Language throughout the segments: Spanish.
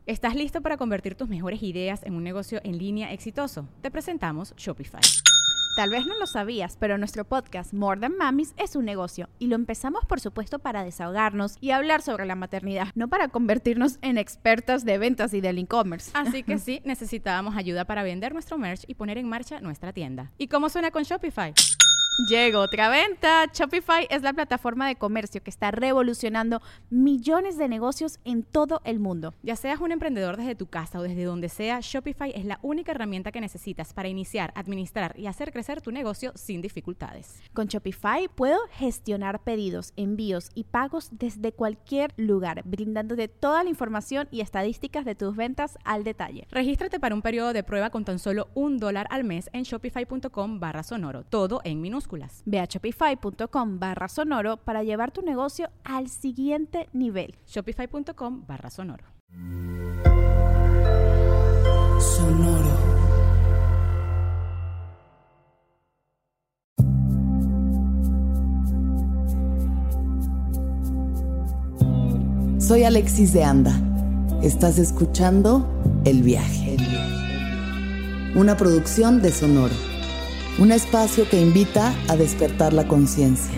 ¿Estás listo para convertir tus mejores ideas en un negocio en línea exitoso? Te presentamos Shopify. Tal vez no lo sabías, pero nuestro podcast More Than Mamis es un negocio y lo empezamos por supuesto para desahogarnos y hablar sobre la maternidad, no para convertirnos en expertas de ventas y del e-commerce. Así que sí, necesitábamos ayuda para vender nuestro merch y poner en marcha nuestra tienda. ¿Y cómo suena con Shopify? Llegó otra venta. Shopify es la plataforma de comercio que está revolucionando millones de negocios en todo el mundo. Ya seas un emprendedor desde tu casa o desde donde sea, Shopify es la única herramienta que necesitas para iniciar, administrar y hacer crecer tu negocio sin dificultades. Con Shopify puedo gestionar pedidos, envíos y pagos desde cualquier lugar, brindándote toda la información y estadísticas de tus ventas al detalle. Regístrate para un periodo de prueba con tan solo $1 al mes en shopify.com/sonoro, todo en minúsculas. Ve a shopify.com/sonoro para llevar tu negocio al siguiente nivel. Shopify.com/sonoro. Sonoro. Soy Alexis de Anda. Estás escuchando El Viaje. Una producción de Sonoro. Un espacio que invita a despertar la conciencia.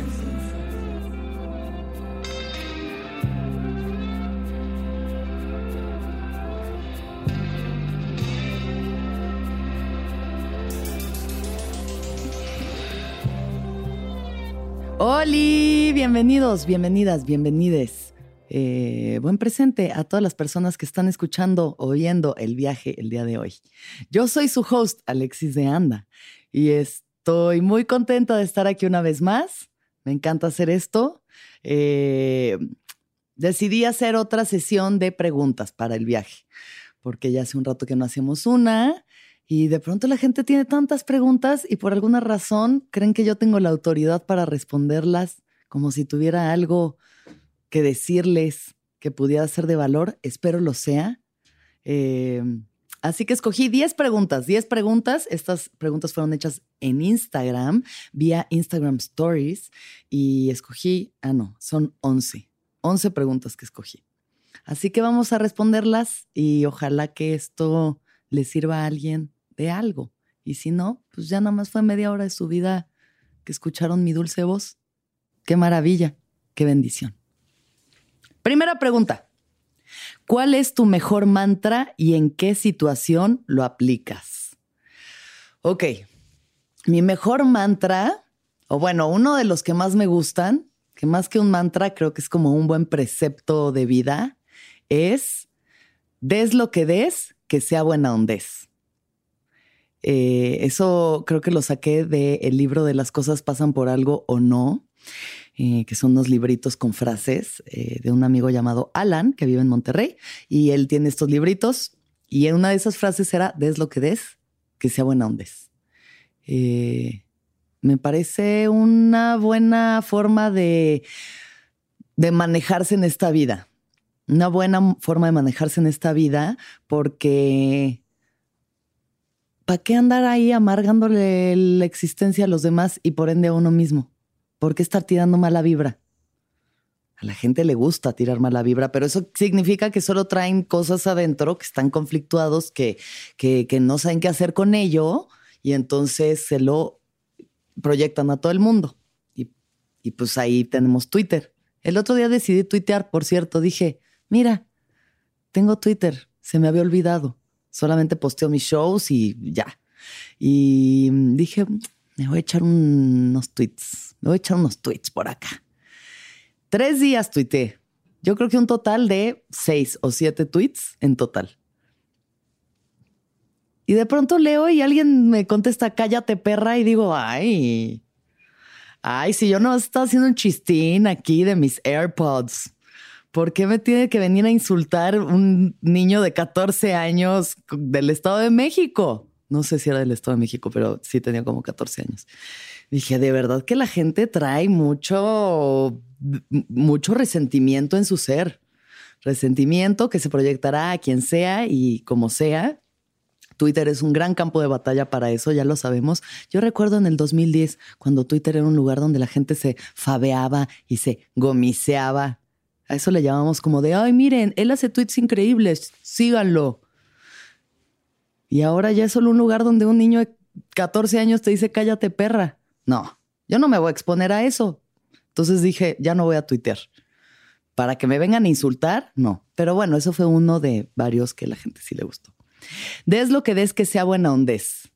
¡Holi! Bienvenidos, bienvenidas, bienvenides. Buen presente a todas las personas que están escuchando o viendo El Viaje el día de hoy. Yo soy su host, Alexis de Anda, y estoy muy contenta de estar aquí una vez más. Me encanta hacer esto. Decidí hacer otra sesión de preguntas para el viaje, porque ya hace un rato que no hacemos una, y de pronto la gente tiene tantas preguntas y por alguna razón creen que yo tengo la autoridad para responderlas como si tuviera algo que decirles que pudiera ser de valor. Espero lo sea. Así que escogí 10 preguntas. Estas preguntas fueron hechas en Instagram, vía Instagram Stories, y escogí, son 11 preguntas que escogí. Así que vamos a responderlas y ojalá que esto le sirva a alguien de algo. Y si no, pues ya nada más fue media hora de su vida que escucharon mi dulce voz. ¡Qué maravilla! ¡Qué bendición! Primera pregunta. ¿Cuál es tu mejor mantra y en qué situación lo aplicas? Ok, mi mejor mantra, o bueno, uno de los que más me gustan, que más que un mantra creo que es como un buen precepto de vida, es des lo que des, que sea buena hondez. Eso creo que lo saqué del libro de Las cosas pasan por algo o no, que son unos libritos con frases de un amigo llamado Alan, que vive en Monterrey, y él tiene estos libritos, y en una de esas frases era, des lo que des, que sea buena ondez. Me parece una buena forma de manejarse en esta vida, una buena forma de manejarse en esta vida, porque ¿para qué andar ahí amargándole la existencia a los demás y por ende a uno mismo? ¿Por qué estar tirando mala vibra? A la gente le gusta tirar mala vibra, pero eso significa que solo traen cosas adentro que están conflictuados, que no saben qué hacer con ello, y entonces se lo proyectan a todo el mundo. Y pues ahí tenemos Twitter. El otro día decidí tuitear, por cierto. Dije, mira, tengo Twitter, se me había olvidado. Solamente posteo mis shows y ya. Y dije, me voy a echar unos tweets. Me voy a echar unos tweets por acá. 3 días tuiteé. Yo creo que un total de 6 o 7 tweets en total. Y de pronto leo y alguien me contesta, cállate, perra. Y digo, ay, si yo no estaba haciendo un chistín aquí de mis AirPods. ¿Por qué me tiene que venir a insultar un niño de 14 años del Estado de México? No sé si era del Estado de México, pero sí tenía como 14 años. Dije, de verdad que la gente trae mucho resentimiento en su ser. Resentimiento que se proyectará a quien sea y como sea. Twitter es un gran campo de batalla para eso, ya lo sabemos. Yo recuerdo en el 2010, cuando Twitter era un lugar donde la gente se fabeaba y se gomiseaba. A eso le llamamos como de, ay, miren, él hace tweets increíbles, síganlo. Y ahora ya es solo un lugar donde un niño de 14 años te dice, cállate, perra. No, yo no me voy a exponer a eso. Entonces dije, ya no voy a tuitear. Para que me vengan a insultar, no. Pero bueno, eso fue uno de varios que a la gente sí le gustó. Des lo que des, que sea buena ondez.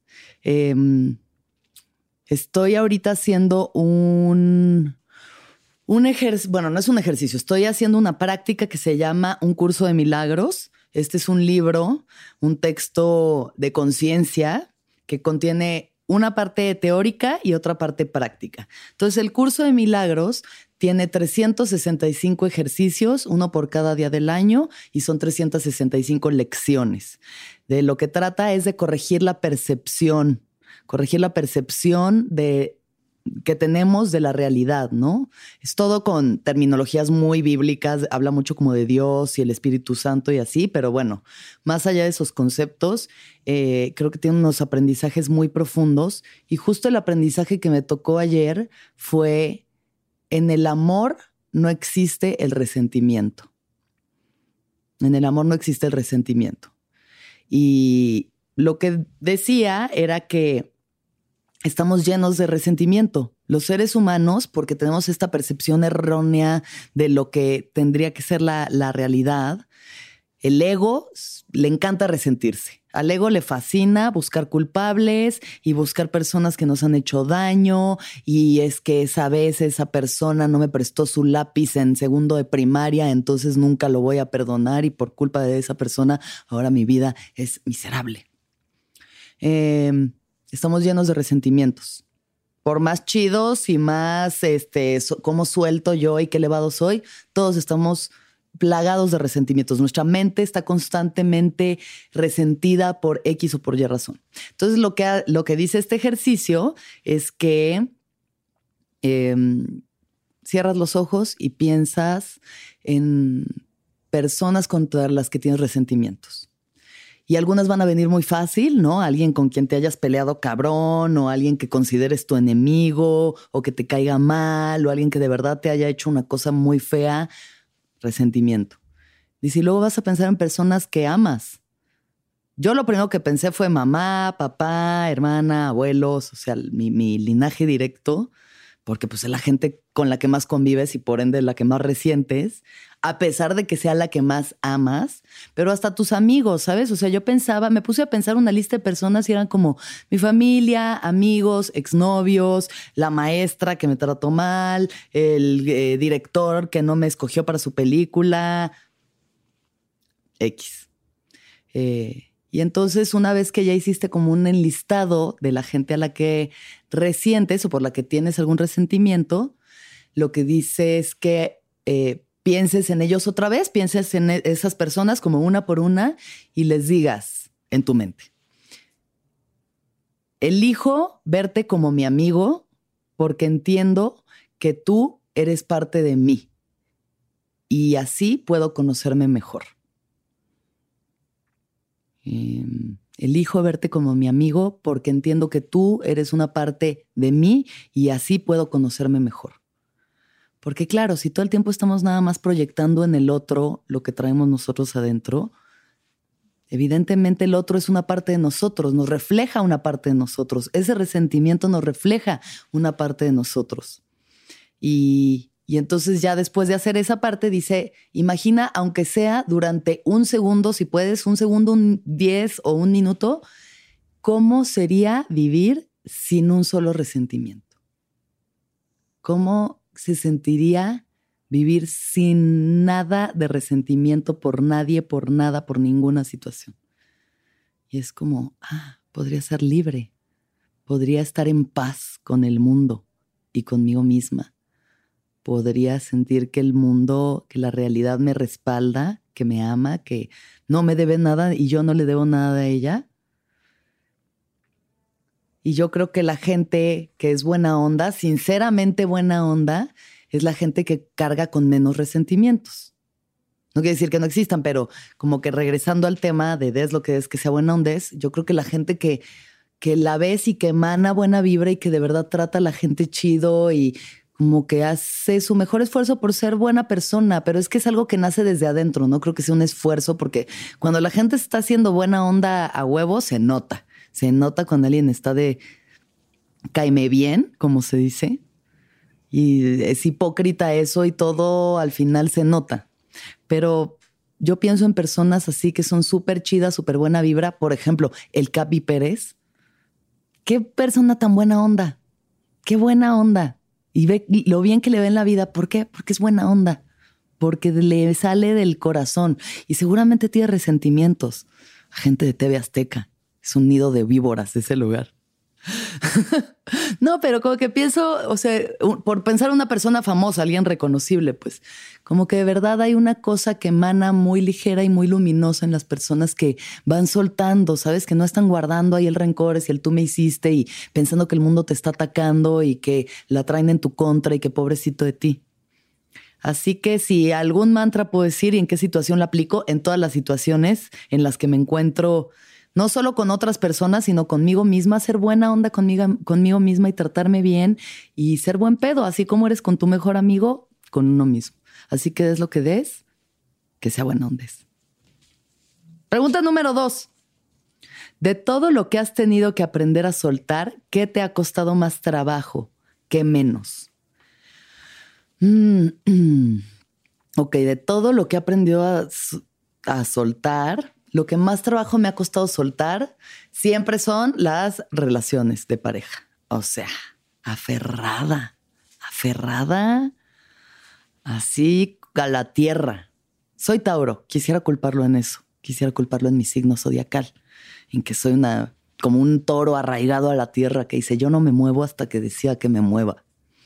Estoy ahorita haciendo un ejercicio, bueno, no es un ejercicio, estoy haciendo una práctica que se llama Un Curso de Milagros. Este es un libro, un texto de conciencia que contiene una parte teórica y otra parte práctica. Entonces, el Curso de Milagros tiene 365 ejercicios, uno por cada día del año, y son 365 lecciones. De lo que trata es de corregir la percepción que tenemos de la realidad, ¿no? Es todo con terminologías muy bíblicas, habla mucho como de Dios y el Espíritu Santo y así, pero bueno, más allá de esos conceptos, creo que tiene unos aprendizajes muy profundos, y justo el aprendizaje que me tocó ayer fue: en el amor no existe el resentimiento. En el amor no existe el resentimiento. Y lo que decía era que estamos llenos de resentimiento. Los seres humanos, porque tenemos esta percepción errónea de lo que tendría que ser la realidad, el ego le encanta resentirse. Al ego le fascina buscar culpables y buscar personas que nos han hecho daño, y es que esa vez esa persona no me prestó su lápiz en segundo de primaria, entonces nunca lo voy a perdonar, y por culpa de esa persona ahora mi vida es miserable. Estamos llenos de resentimientos. Por más chidos y más cómo suelto yo y qué elevado soy, todos estamos plagados de resentimientos. Nuestra mente está constantemente resentida por X o por Y razón. Entonces, lo que dice este ejercicio es que cierras los ojos y piensas en personas contra las que tienes resentimientos. Y algunas van a venir muy fácil, ¿no? Alguien con quien te hayas peleado cabrón, o alguien que consideres tu enemigo, o que te caiga mal, o alguien que de verdad te haya hecho una cosa muy fea. Resentimiento. Dice, y luego vas a pensar en personas que amas. Yo lo primero que pensé fue mamá, papá, hermana, abuelos, o sea, mi linaje directo, porque pues es la gente con la que más convives y por ende la que más resientes, a pesar de que sea la que más amas, pero hasta tus amigos, ¿sabes? O sea, me puse a pensar una lista de personas y eran como mi familia, amigos, exnovios, la maestra que me trató mal, el director que no me escogió para su película, X. Y entonces, una vez que ya hiciste como un enlistado de la gente a la que resientes o por la que tienes algún resentimiento, lo que dice es que pienses en ellos otra vez, pienses en esas personas como una por una y les digas en tu mente: elijo verte como mi amigo porque entiendo que tú eres parte de mí y así puedo conocerme mejor. Elijo verte como mi amigo porque entiendo que tú eres una parte de mí y así puedo conocerme mejor. Porque claro, si todo el tiempo estamos nada más proyectando en el otro lo que traemos nosotros adentro, evidentemente el otro es una parte de nosotros, nos refleja una parte de nosotros. Ese resentimiento nos refleja una parte de nosotros. Y entonces ya después de hacer esa parte dice, imagina, aunque sea durante un segundo, si puedes, un segundo, 10 o un minuto, ¿cómo sería vivir sin un solo resentimiento? ¿Cómo se sentiría vivir sin nada de resentimiento por nadie, por nada, por ninguna situación? Y es como, podría ser libre, podría estar en paz con el mundo y conmigo misma. Podría sentir que el mundo, que la realidad me respalda, que me ama, que no me debe nada y yo no le debo nada a ella. Y yo creo que la gente que es buena onda, sinceramente buena onda, es la gente que carga con menos resentimientos. No quiere decir que no existan, pero como que regresando al tema de des lo que es que sea buena onda, yo creo que la gente que la ves y que emana buena vibra y que de verdad trata a la gente chido y como que hace su mejor esfuerzo por ser buena persona, pero es que es algo que nace desde adentro, no creo que sea un esfuerzo, porque cuando la gente está haciendo buena onda a huevo, se nota cuando alguien está de cáeme bien, como se dice, y es hipócrita eso y todo al final se nota. Pero yo pienso en personas así que son súper chidas, súper buena vibra. Por ejemplo, el Capi Pérez. Qué persona tan buena onda. Qué buena onda. Y ve lo bien que le ve en la vida. ¿Por qué? Porque es buena onda. Porque le sale del corazón. Y seguramente tiene resentimientos. Gente de TV Azteca. Es un nido de víboras ese lugar. No, pero como que pienso, o sea, por pensar una persona famosa, alguien reconocible, pues como que de verdad hay una cosa que emana muy ligera y muy luminosa en las personas que van soltando, ¿sabes? Que no están guardando ahí el rencor, si el tú me hiciste y pensando que el mundo te está atacando y que la traen en tu contra y que pobrecito de ti. Así que si algún mantra puedo decir y en qué situación la aplico, en todas las situaciones en las que me encuentro, no solo con otras personas, sino conmigo misma, ser buena onda conmigo misma y tratarme bien y ser buen pedo, así como eres con tu mejor amigo, con uno mismo. Así que des lo que des, que sea buena onda. Pregunta número 2. De todo lo que has tenido que aprender a soltar, ¿qué te ha costado más trabajo? ¿Qué menos? Ok, de todo lo que he aprendido a soltar, lo que más trabajo me ha costado soltar siempre son las relaciones de pareja. O sea, aferrada, así a la tierra. Soy Tauro, quisiera culparlo en eso. Quisiera culparlo en mi signo zodiacal, en que soy como un toro arraigado a la tierra que dice yo no me muevo hasta que decida que me mueva.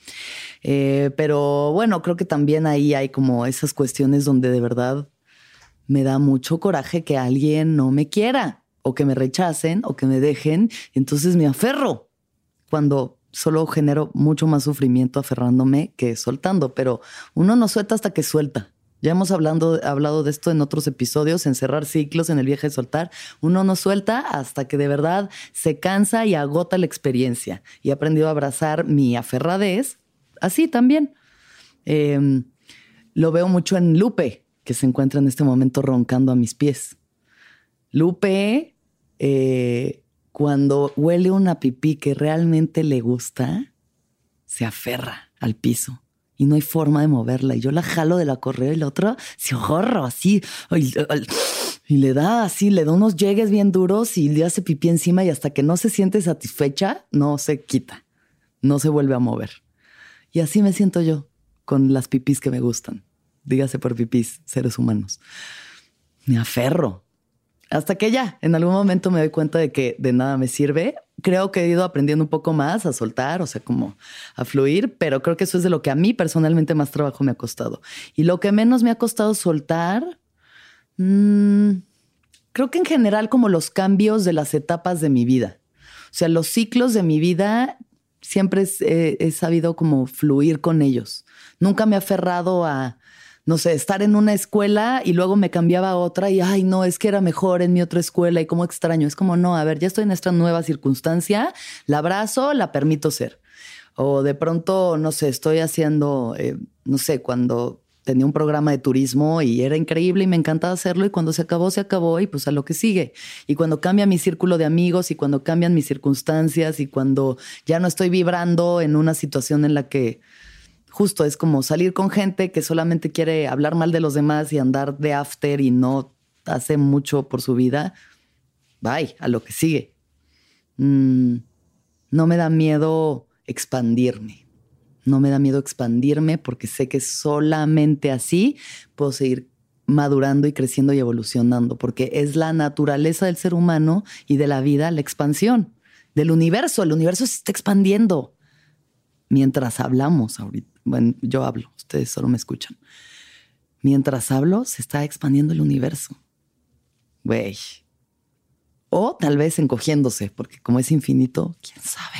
Pero bueno, creo que también ahí hay como esas cuestiones donde de verdad me da mucho coraje que alguien no me quiera o que me rechacen o que me dejen. Entonces me aferro cuando solo genero mucho más sufrimiento aferrándome que soltando. Pero uno no suelta hasta que suelta. Ya hemos hablado de esto en otros episodios, en cerrar ciclos, en el viaje de soltar. Uno no suelta hasta que de verdad se cansa y agota la experiencia. Y he aprendido a abrazar mi aferradez así también. Lo veo mucho en Lupe, que se encuentra en este momento roncando a mis pies. Lupe, cuando huele una pipí que realmente le gusta, se aferra al piso y no hay forma de moverla. Y yo la jalo de la correa y la otra se agarra así y le da unos llegues bien duros y le hace pipí encima y hasta que no se siente satisfecha, no se quita, no se vuelve a mover. Y así me siento yo con las pipís que me gustan. Dígase por pipís, seres humanos. Me aferro. Hasta que ya, en algún momento me doy cuenta de que de nada me sirve. Creo que he ido aprendiendo un poco más a soltar, o sea, como a fluir, pero creo que eso es de lo que a mí personalmente más trabajo me ha costado. Y lo que menos me ha costado soltar, creo que en general como los cambios de las etapas de mi vida. O sea, los ciclos de mi vida siempre he sabido como fluir con ellos. Nunca me he aferrado a, no sé, estar en una escuela y luego me cambiaba a otra y, ay, no, es que era mejor en mi otra escuela y cómo extraño. Es como, no, a ver, ya estoy en esta nueva circunstancia, la abrazo, la permito ser. O de pronto, no sé, estoy haciendo, no sé, cuando tenía un programa de turismo y era increíble y me encantaba hacerlo y cuando se acabó y pues a lo que sigue. Y cuando cambia mi círculo de amigos y cuando cambian mis circunstancias y cuando ya no estoy vibrando en una situación en la que justo es como salir con gente que solamente quiere hablar mal de los demás y andar de after y no hace mucho por su vida, bye, a lo que sigue. No me da miedo expandirme. No me da miedo expandirme porque sé que solamente así puedo seguir madurando y creciendo y evolucionando, porque es la naturaleza del ser humano y de la vida, la expansión del universo. El universo se está expandiendo mientras hablamos ahorita. Bueno, yo hablo, ustedes solo me escuchan. Mientras hablo, se está expandiendo el universo. Güey. O tal vez encogiéndose, porque como es infinito, ¿quién sabe?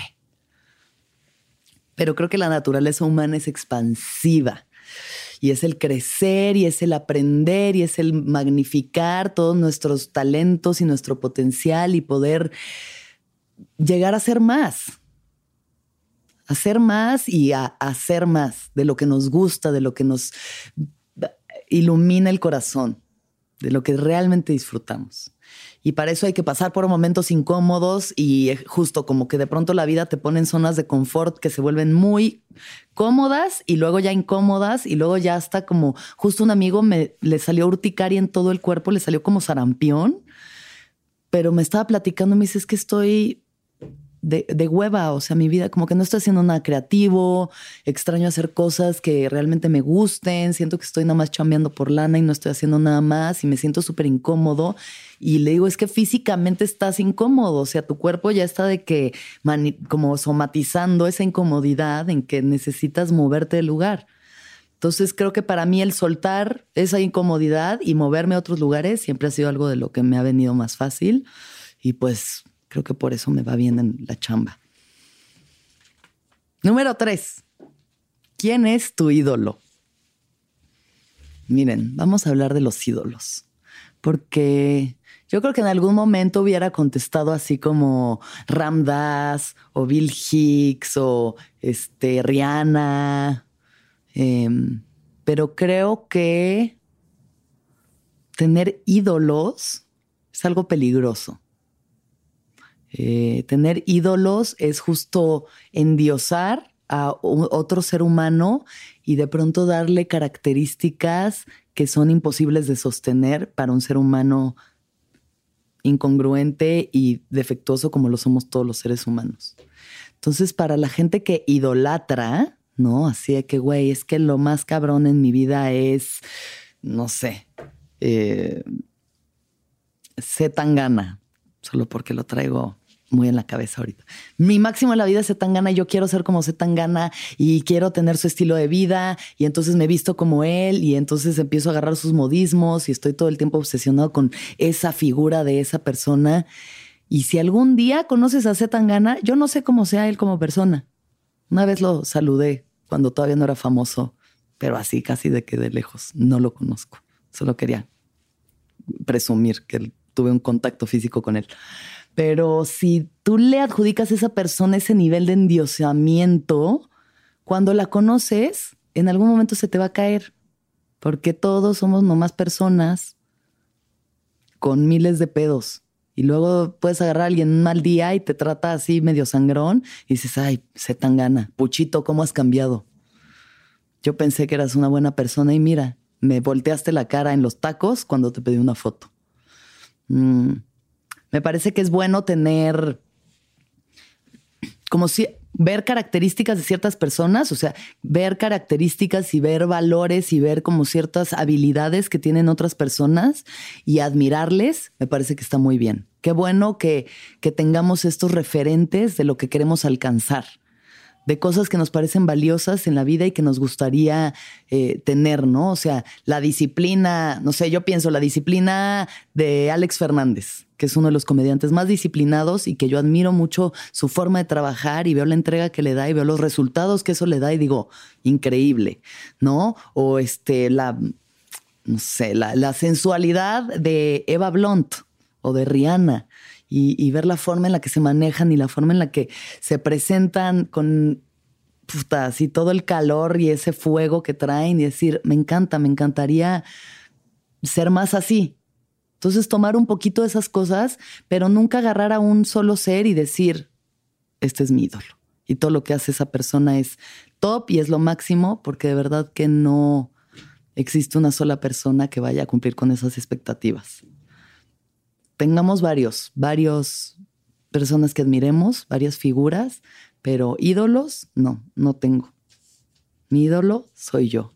Pero creo que la naturaleza humana es expansiva y es el crecer y es el aprender y es el magnificar todos nuestros talentos y nuestro potencial y poder llegar a ser más. hacer más y a hacer más de lo que nos gusta, de lo que nos ilumina el corazón, de lo que realmente disfrutamos. Y para eso hay que pasar por momentos incómodos y justo como que de pronto la vida te pone en zonas de confort que se vuelven muy cómodas y luego ya incómodas y luego ya hasta como justo un amigo le salió urticaria en todo el cuerpo, le salió como sarampión, pero me estaba platicando y me dice, es que estoy de hueva, o sea, mi vida como que no estoy haciendo nada creativo, extraño hacer cosas que realmente me gusten, siento que estoy nada más chambeando por lana y no estoy haciendo nada más y me siento súper incómodo. Y le digo, es que físicamente estás incómodo, o sea, tu cuerpo ya está de que como somatizando esa incomodidad en que necesitas moverte del lugar. Entonces creo que para mí el soltar esa incomodidad y moverme a otros lugares siempre ha sido algo de lo que me ha venido más fácil y pues creo que por eso me va bien en la chamba. Número 3. ¿Quién es tu ídolo? Miren, vamos a hablar de los ídolos. Porque yo creo que en algún momento hubiera contestado así como Ram Dass o Bill Hicks o Rihanna. Pero creo que tener ídolos es algo peligroso. Tener ídolos es justo endiosar a otro ser humano y de pronto darle características que son imposibles de sostener para un ser humano incongruente y defectuoso como lo somos todos los seres humanos. Entonces, para la gente que idolatra, ¿no? Así de que, güey, es que lo más cabrón en mi vida es, no sé, C. Tangana, solo porque lo traigo muy en la cabeza ahorita. Mi máximo en la vida es C. Tangana y yo quiero ser como C. Tangana y quiero tener su estilo de vida y entonces me visto como él y entonces empiezo a agarrar sus modismos y estoy todo el tiempo obsesionado con esa figura de esa persona. Y si algún día conoces a C. Tangana, yo no sé cómo sea él como persona. Una vez lo saludé cuando todavía no era famoso, pero así casi de que de lejos. No lo conozco. Solo quería presumir que tuve un contacto físico con él. Pero si tú le adjudicas a esa persona ese nivel de endiosamiento, cuando la conoces, en algún momento se te va a caer. Porque todos somos nomás personas con miles de pedos. Y luego puedes agarrar a alguien un mal día y te trata así medio sangrón y dices, ay, C. Tangana, Puchito, ¿cómo has cambiado? Yo pensé que eras una buena persona y mira, me volteaste la cara en los tacos cuando te pedí una foto. Me parece que es bueno tener como si ver características de ciertas personas, o sea, ver características y ver valores y ver como ciertas habilidades que tienen otras personas y admirarles, me parece que está muy bien. Qué bueno que tengamos estos referentes de lo que queremos alcanzar, de cosas que nos parecen valiosas en la vida y que nos gustaría tener, ¿no? O sea, la disciplina, no sé, yo pienso la disciplina de Alex Fernández, que es uno de los comediantes más disciplinados y que yo admiro mucho su forma de trabajar y veo la entrega que le da y veo los resultados que eso le da y digo, increíble, ¿no? O no sé, la sensualidad de Eva Blunt o de Rihanna. Y ver la forma en la que se manejan y la forma en la que se presentan con así todo el calor y ese fuego que traen y decir, me encantaría ser más así. Entonces tomar un poquito de esas cosas, pero nunca agarrar a un solo ser y decir, este es mi ídolo. Y todo lo que hace esa persona es top y es lo máximo, porque de verdad que no existe una sola persona que vaya a cumplir con esas expectativas. Tengamos varios personas que admiremos, varias figuras, pero ídolos, no tengo. Mi ídolo soy yo.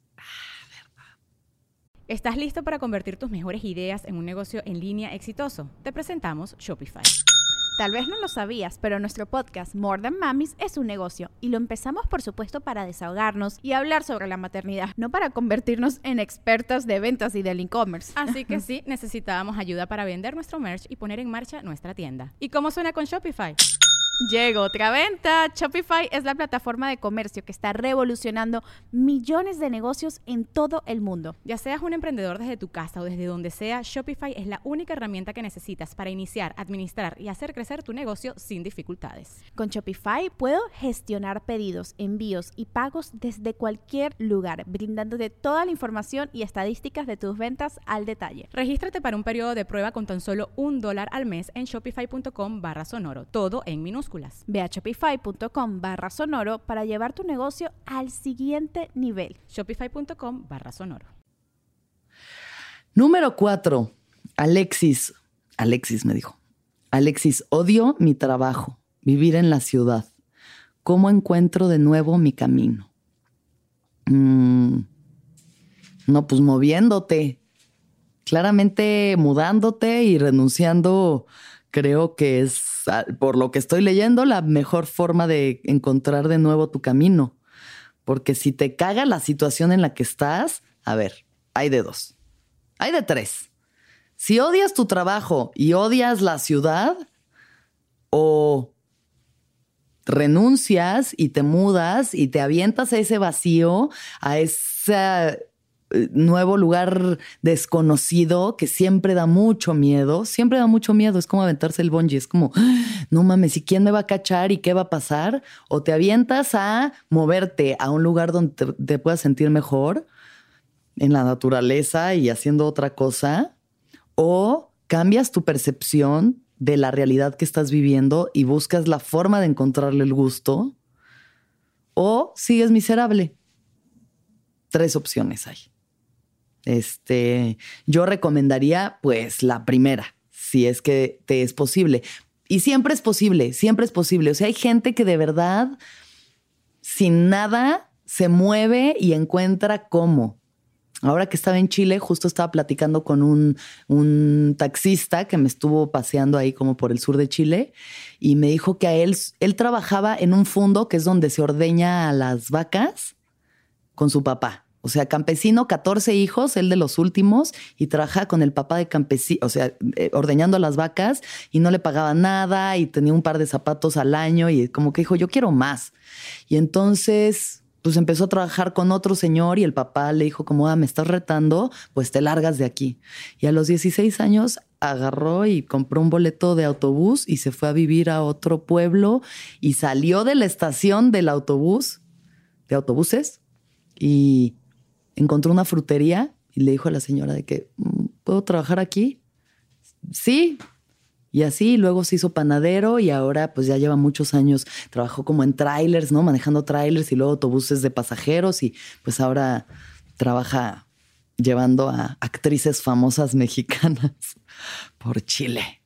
¿Estás listo para convertir tus mejores ideas en un negocio en línea exitoso? Te presentamos Shopify. Tal vez no lo sabías, pero nuestro podcast More Than Mamis es un negocio y lo empezamos por supuesto para desahogarnos y hablar sobre la maternidad, no para convertirnos en expertas de ventas y del e-commerce. Así que sí, necesitábamos ayuda para vender nuestro merch y poner en marcha nuestra tienda. ¿Y cómo suena con Shopify? Llegó otra venta. Shopify es la plataforma de comercio que está revolucionando millones de negocios en todo el mundo. Ya seas un emprendedor desde tu casa o desde donde sea, Shopify es la única herramienta que necesitas para iniciar, administrar y hacer crecer tu negocio sin dificultades. Con Shopify puedo gestionar pedidos, envíos y pagos desde cualquier lugar, brindándote toda la información y estadísticas de tus ventas al detalle. Regístrate para un periodo de prueba con tan solo $1 al mes en shopify.com/sonoro, todo en minúsculas. Ve a shopify.com/sonoro para llevar tu negocio al siguiente nivel. Shopify.com/sonoro. Número 4. Alexis me dijo: Alexis, odio mi trabajo, vivir en la ciudad. ¿Cómo encuentro de nuevo mi camino? No, pues moviéndote. Claramente mudándote y renunciando, creo que es, por lo que estoy leyendo, la mejor forma de encontrar de nuevo tu camino. Porque si te caga la situación en la que estás, a ver, hay de dos. Hay de tres. Si odias tu trabajo y odias la ciudad, o renuncias y te mudas y te avientas a ese vacío, a ese nuevo lugar desconocido que siempre da mucho miedo. Siempre da mucho miedo. Es como aventarse el bungee. Es como, no mames, ¿y quién me va a cachar y qué va a pasar? O te avientas a moverte a un lugar donde te puedas sentir mejor en la naturaleza y haciendo otra cosa. O cambias tu percepción de la realidad que estás viviendo y buscas la forma de encontrarle el gusto. O sigues miserable. 3 opciones hay. Yo recomendaría, pues, la primera, si es que te es posible. Y siempre es posible, siempre es posible. O sea, hay gente que de verdad, sin nada, se mueve y encuentra cómo. Ahora que estaba en Chile, justo estaba platicando con un taxista que me estuvo paseando ahí como por el sur de Chile y me dijo que a él trabajaba en un fundo que es donde se ordeña a las vacas con su papá. O sea, campesino, 14 hijos, él de los últimos, y trabajaba con el papá de campesino, o sea, ordeñando a las vacas y no le pagaba nada y tenía un par de zapatos al año y como que dijo, yo quiero más. Y entonces, pues empezó a trabajar con otro señor y el papá le dijo como, me estás retando, pues te largas de aquí. Y a los 16 años agarró y compró un boleto de autobús y se fue a vivir a otro pueblo y salió de la estación del autobús, de autobuses, y encontró una frutería y le dijo a la señora de que, ¿puedo trabajar aquí? Sí. Y así, luego se hizo panadero y ahora pues ya lleva muchos años, trabajó como en trailers, ¿no? Manejando trailers y luego autobuses de pasajeros y pues ahora trabaja llevando a actrices famosas mexicanas por Chile.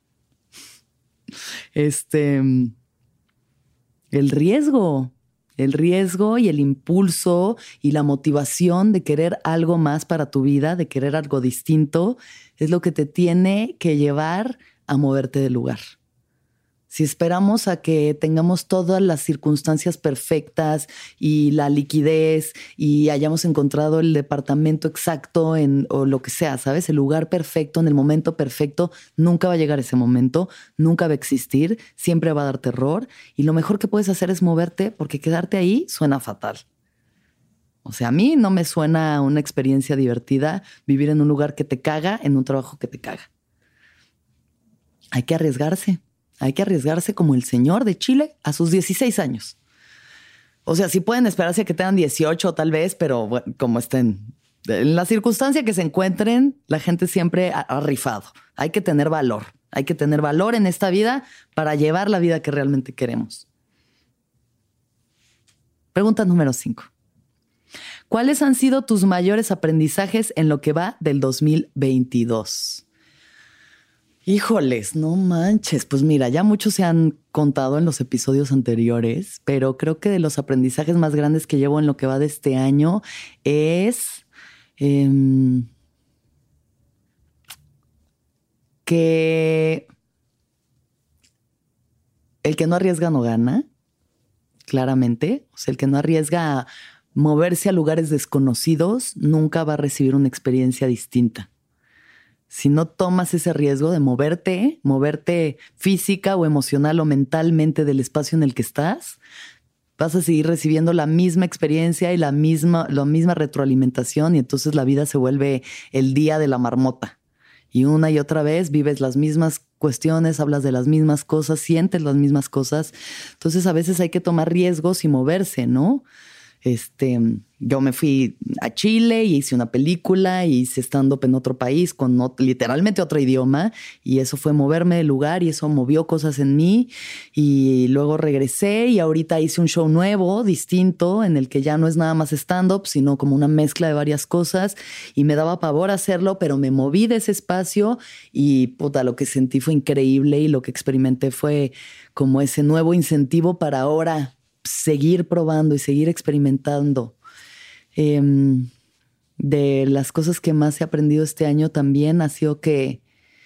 El riesgo y el impulso y la motivación de querer algo más para tu vida, de querer algo distinto, es lo que te tiene que llevar a moverte del lugar. Si esperamos a que tengamos todas las circunstancias perfectas y la liquidez y hayamos encontrado el departamento exacto o lo que sea, ¿sabes? El lugar perfecto en el momento perfecto, nunca va a llegar ese momento, nunca va a existir, siempre va a dar terror y lo mejor que puedes hacer es moverte porque quedarte ahí suena fatal. O sea, a mí no me suena una experiencia divertida vivir en un lugar que te caga, en un trabajo que te caga. Hay que arriesgarse. Hay que arriesgarse como el señor de Chile a sus 16 años. O sea, sí pueden esperarse a que tengan 18 tal vez, pero bueno, como estén en la circunstancia que se encuentren, la gente siempre ha rifado. Hay que tener valor. Hay que tener valor en esta vida para llevar la vida que realmente queremos. Pregunta número 5. ¿Cuáles han sido tus mayores aprendizajes en lo que va del 2022? Híjoles, no manches. Pues mira, ya muchos se han contado en los episodios anteriores, pero creo que de los aprendizajes más grandes que llevo en lo que va de este año es que el que no arriesga no gana, claramente. O sea, el que no arriesga a moverse a lugares desconocidos nunca va a recibir una experiencia distinta. Si no tomas ese riesgo de moverte física o emocional o mentalmente del espacio en el que estás, vas a seguir recibiendo la misma experiencia y la misma retroalimentación, y entonces la vida se vuelve el día de la marmota. Y una y otra vez vives las mismas cuestiones, hablas de las mismas cosas, sientes las mismas cosas. Entonces a veces hay que tomar riesgos y moverse, ¿no? Yo me fui a Chile y hice una película y hice stand-up en otro país con literalmente otro idioma, y eso fue moverme del lugar y eso movió cosas en mí, y luego regresé y ahorita hice un show nuevo, distinto, en el que ya no es nada más stand-up, sino como una mezcla de varias cosas, y me daba pavor hacerlo, pero me moví de ese espacio y puta, lo que sentí fue increíble, y lo que experimenté fue como ese nuevo incentivo para ahora seguir probando y seguir experimentando. De las cosas que más he aprendido este año también ha sido que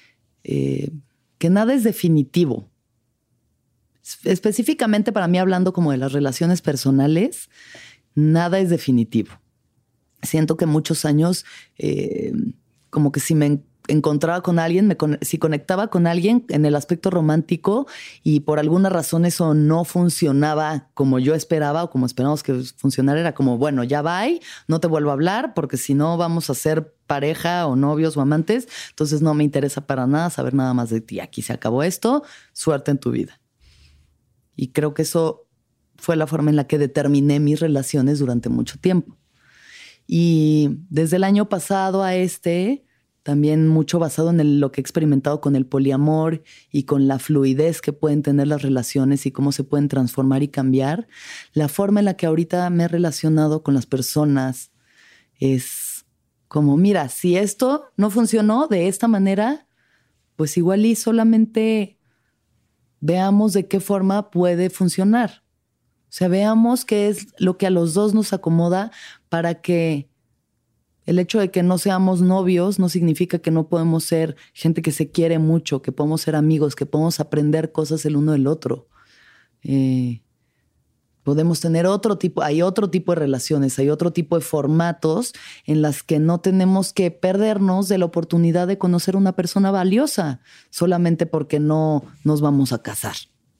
nada es definitivo. Específicamente para mí, hablando como de las relaciones personales, nada es definitivo. Siento que muchos años, como que si me encontraba con alguien, si conectaba con alguien en el aspecto romántico y por alguna razón eso no funcionaba como yo esperaba o como esperamos que funcionara, era como, bueno, ya bye, no te vuelvo a hablar porque si no vamos a ser pareja o novios o amantes, entonces no me interesa para nada saber nada más de ti. Aquí se acabó esto, suerte en tu vida. Y creo que eso fue la forma en la que determiné mis relaciones durante mucho tiempo. Y desde el año pasado a también mucho basado en lo que he experimentado con el poliamor y con la fluidez que pueden tener las relaciones y cómo se pueden transformar y cambiar. La forma en la que ahorita me he relacionado con las personas es como, mira, si esto no funcionó de esta manera, pues igual y solamente veamos de qué forma puede funcionar. O sea, veamos qué es lo que a los dos nos acomoda, para que el hecho de que no seamos novios no significa que no podemos ser gente que se quiere mucho, que podemos ser amigos, que podemos aprender cosas el uno del otro. Podemos tener hay otro tipo de relaciones, hay otro tipo de formatos en las que no tenemos que perdernos de la oportunidad de conocer una persona valiosa solamente porque no nos vamos a casar.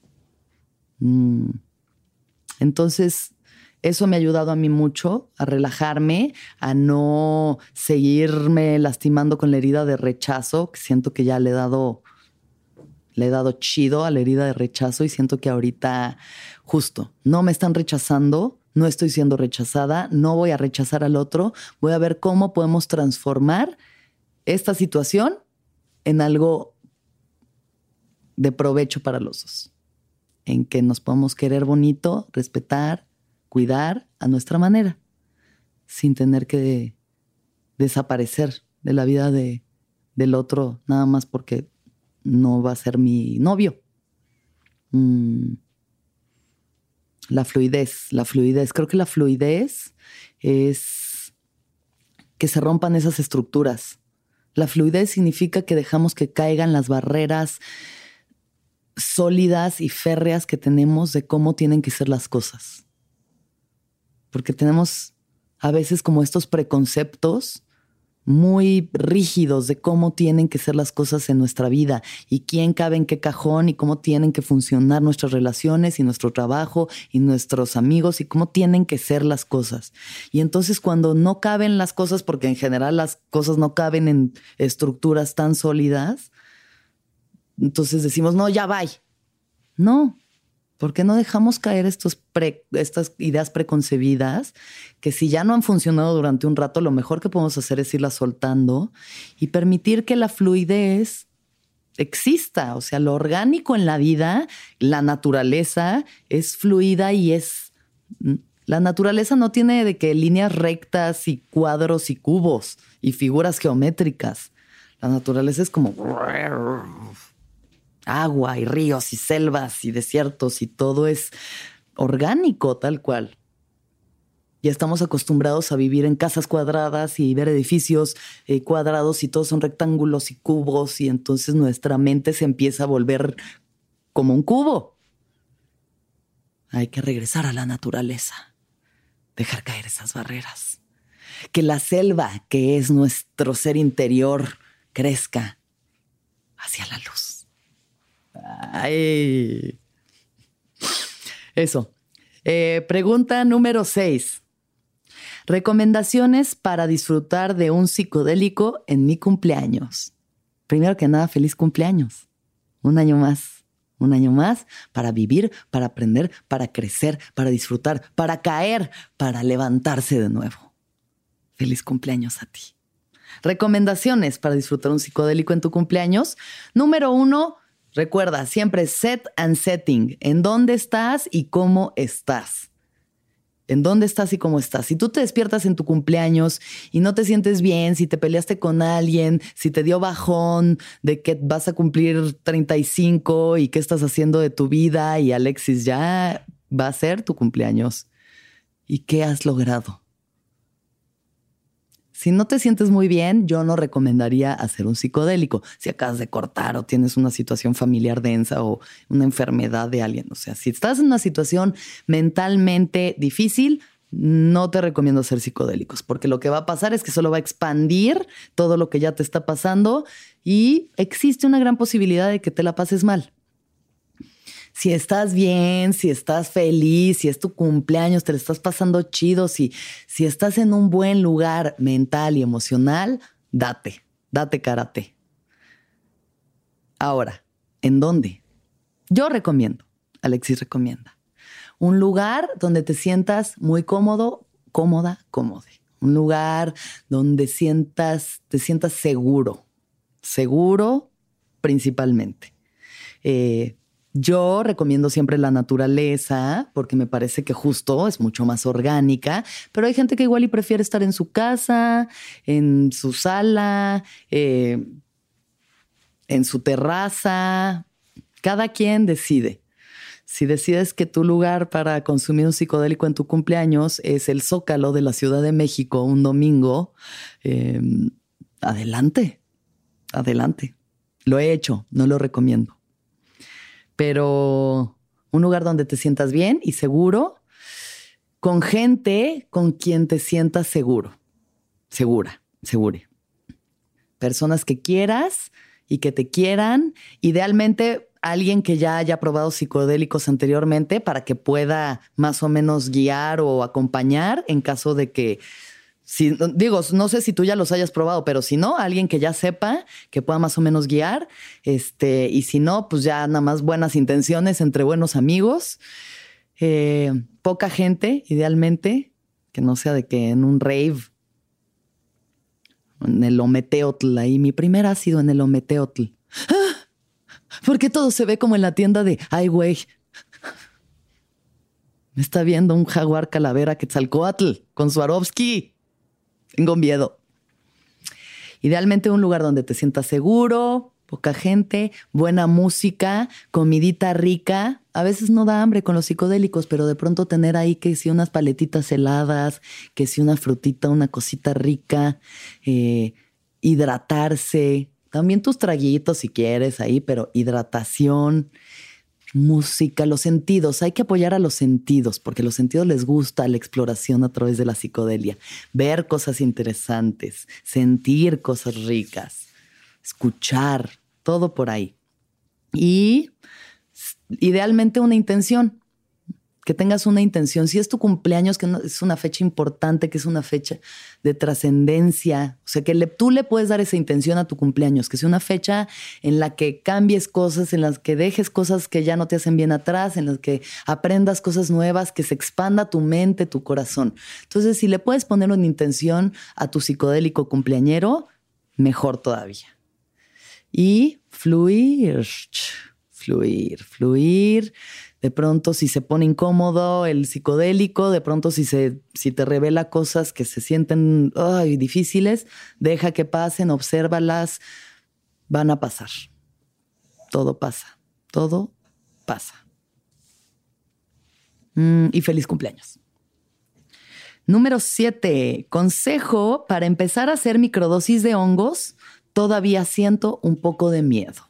Entonces, eso me ha ayudado a mí mucho a relajarme, a no seguirme lastimando con la herida de rechazo, que siento que ya le he dado chido a la herida de rechazo, y siento que ahorita justo no me están rechazando, no estoy siendo rechazada, no voy a rechazar al otro, voy a ver cómo podemos transformar esta situación en algo de provecho para los dos, en que nos podamos querer bonito, respetar, cuidar a nuestra manera, sin tener que desaparecer de la vida del otro nada más porque no va a ser mi novio. La fluidez. Creo que la fluidez es que se rompan esas estructuras. La fluidez significa que dejamos que caigan las barreras sólidas y férreas que tenemos de cómo tienen que ser las cosas. Porque tenemos a veces como estos preconceptos muy rígidos de cómo tienen que ser las cosas en nuestra vida y quién cabe en qué cajón y cómo tienen que funcionar nuestras relaciones y nuestro trabajo y nuestros amigos y cómo tienen que ser las cosas. Y entonces cuando no caben las cosas, porque en general las cosas no caben en estructuras tan sólidas, entonces decimos, no, ya bye. No. ¿Por qué no dejamos caer estas ideas preconcebidas que si ya no han funcionado durante un rato, lo mejor que podemos hacer es irlas soltando y permitir que la fluidez exista? O sea, lo orgánico en la vida, la naturaleza es fluida y la naturaleza no tiene de que líneas rectas y cuadros y cubos y figuras geométricas. La naturaleza es como agua y ríos y selvas y desiertos y todo es orgánico tal cual. Ya estamos acostumbrados a vivir en casas cuadradas y ver edificios cuadrados y todos son rectángulos y cubos, y entonces nuestra mente se empieza a volver como un cubo. Hay que regresar a la naturaleza, dejar caer esas barreras. Que la selva, que es nuestro ser interior, crezca hacia la luz. Ay. Eso. Pregunta número 6. Recomendaciones para disfrutar de un psicodélico en mi cumpleaños. Primero que nada, feliz cumpleaños. Un año más para vivir, para aprender, para crecer, para disfrutar, para caer, para levantarse de nuevo. Feliz cumpleaños a ti. Recomendaciones para disfrutar un psicodélico en tu cumpleaños. Número 1, recuerda siempre set and setting. ¿En dónde estás y cómo estás? ¿En dónde estás y cómo estás? Si tú te despiertas en tu cumpleaños y no te sientes bien, si te peleaste con alguien, si te dio bajón de que vas a cumplir 35 y qué estás haciendo de tu vida y Alexis ya va a ser tu cumpleaños. ¿Y qué has logrado? Si no te sientes muy bien, yo no recomendaría hacer un psicodélico. Si acabas de cortar o tienes una situación familiar densa o una enfermedad de alguien. O sea, si estás en una situación mentalmente difícil, no te recomiendo hacer psicodélicos, porque lo que va a pasar es que solo va a expandir todo lo que ya te está pasando y existe una gran posibilidad de que te la pases mal. Si estás bien, si estás feliz, si es tu cumpleaños, te lo estás pasando chido, si estás en un buen lugar mental y emocional, date karate. Ahora, ¿en dónde? Yo recomiendo, Alexis recomienda, un lugar donde te sientas muy cómodo, cómoda. Un lugar donde te sientas seguro principalmente. Yo recomiendo siempre la naturaleza porque me parece que justo es mucho más orgánica, pero hay gente que igual y prefiere estar en su casa, en su sala, en su terraza. Cada quien decide. Si decides que tu lugar para consumir un psicodélico en tu cumpleaños es el Zócalo de la Ciudad de México un domingo, adelante. Lo he hecho, no lo recomiendo. Pero un lugar donde te sientas bien y seguro, con gente con quien te sientas segura. Personas que quieras y que te quieran. Idealmente, alguien que ya haya probado psicodélicos anteriormente para que pueda más o menos guiar o acompañar en caso de que... no sé si tú ya los hayas probado, pero si no, alguien que ya sepa, que pueda más o menos guiar. Y si no, pues ya nada más buenas intenciones entre buenos amigos. Poca gente, idealmente, que no sea de que en un rave, en el Ometeotl, ahí mi primer ha sido en el Ometeotl. ¡Ah! Porque todo se ve como en la tienda de ay, güey. Me está viendo un jaguar calavera Quetzalcóatl con Swarovski. Tengo miedo. Idealmente un lugar donde te sientas seguro, poca gente, buena música, comidita rica. A veces no da hambre con los psicodélicos, pero de pronto tener ahí que si unas paletitas heladas, que si una frutita, una cosita rica, hidratarse. También tus traguitos si quieres ahí, pero hidratación. Música, los sentidos. Hay que apoyar a los sentidos porque a los sentidos les gusta la exploración a través de la psicodelia. Ver cosas interesantes, sentir cosas ricas, escuchar, todo por ahí. Y idealmente una intención. Que tengas una intención. Si es tu cumpleaños, que es una fecha importante, que es una fecha de trascendencia. O sea, que tú le puedes dar esa intención a tu cumpleaños. Que sea una fecha en la que cambies cosas, en las que dejes cosas que ya no te hacen bien atrás, en las que aprendas cosas nuevas, que se expanda tu mente, tu corazón. Entonces, si le puedes poner una intención a tu psicodélico cumpleañero, mejor todavía. Y fluir. De pronto, si se pone incómodo el psicodélico, de pronto si te revela cosas que se sienten difíciles, deja que pasen, obsérvalas, van a pasar. Todo pasa. Y feliz cumpleaños. Número 7. Consejo para empezar a hacer microdosis de hongos. Todavía siento un poco de miedo.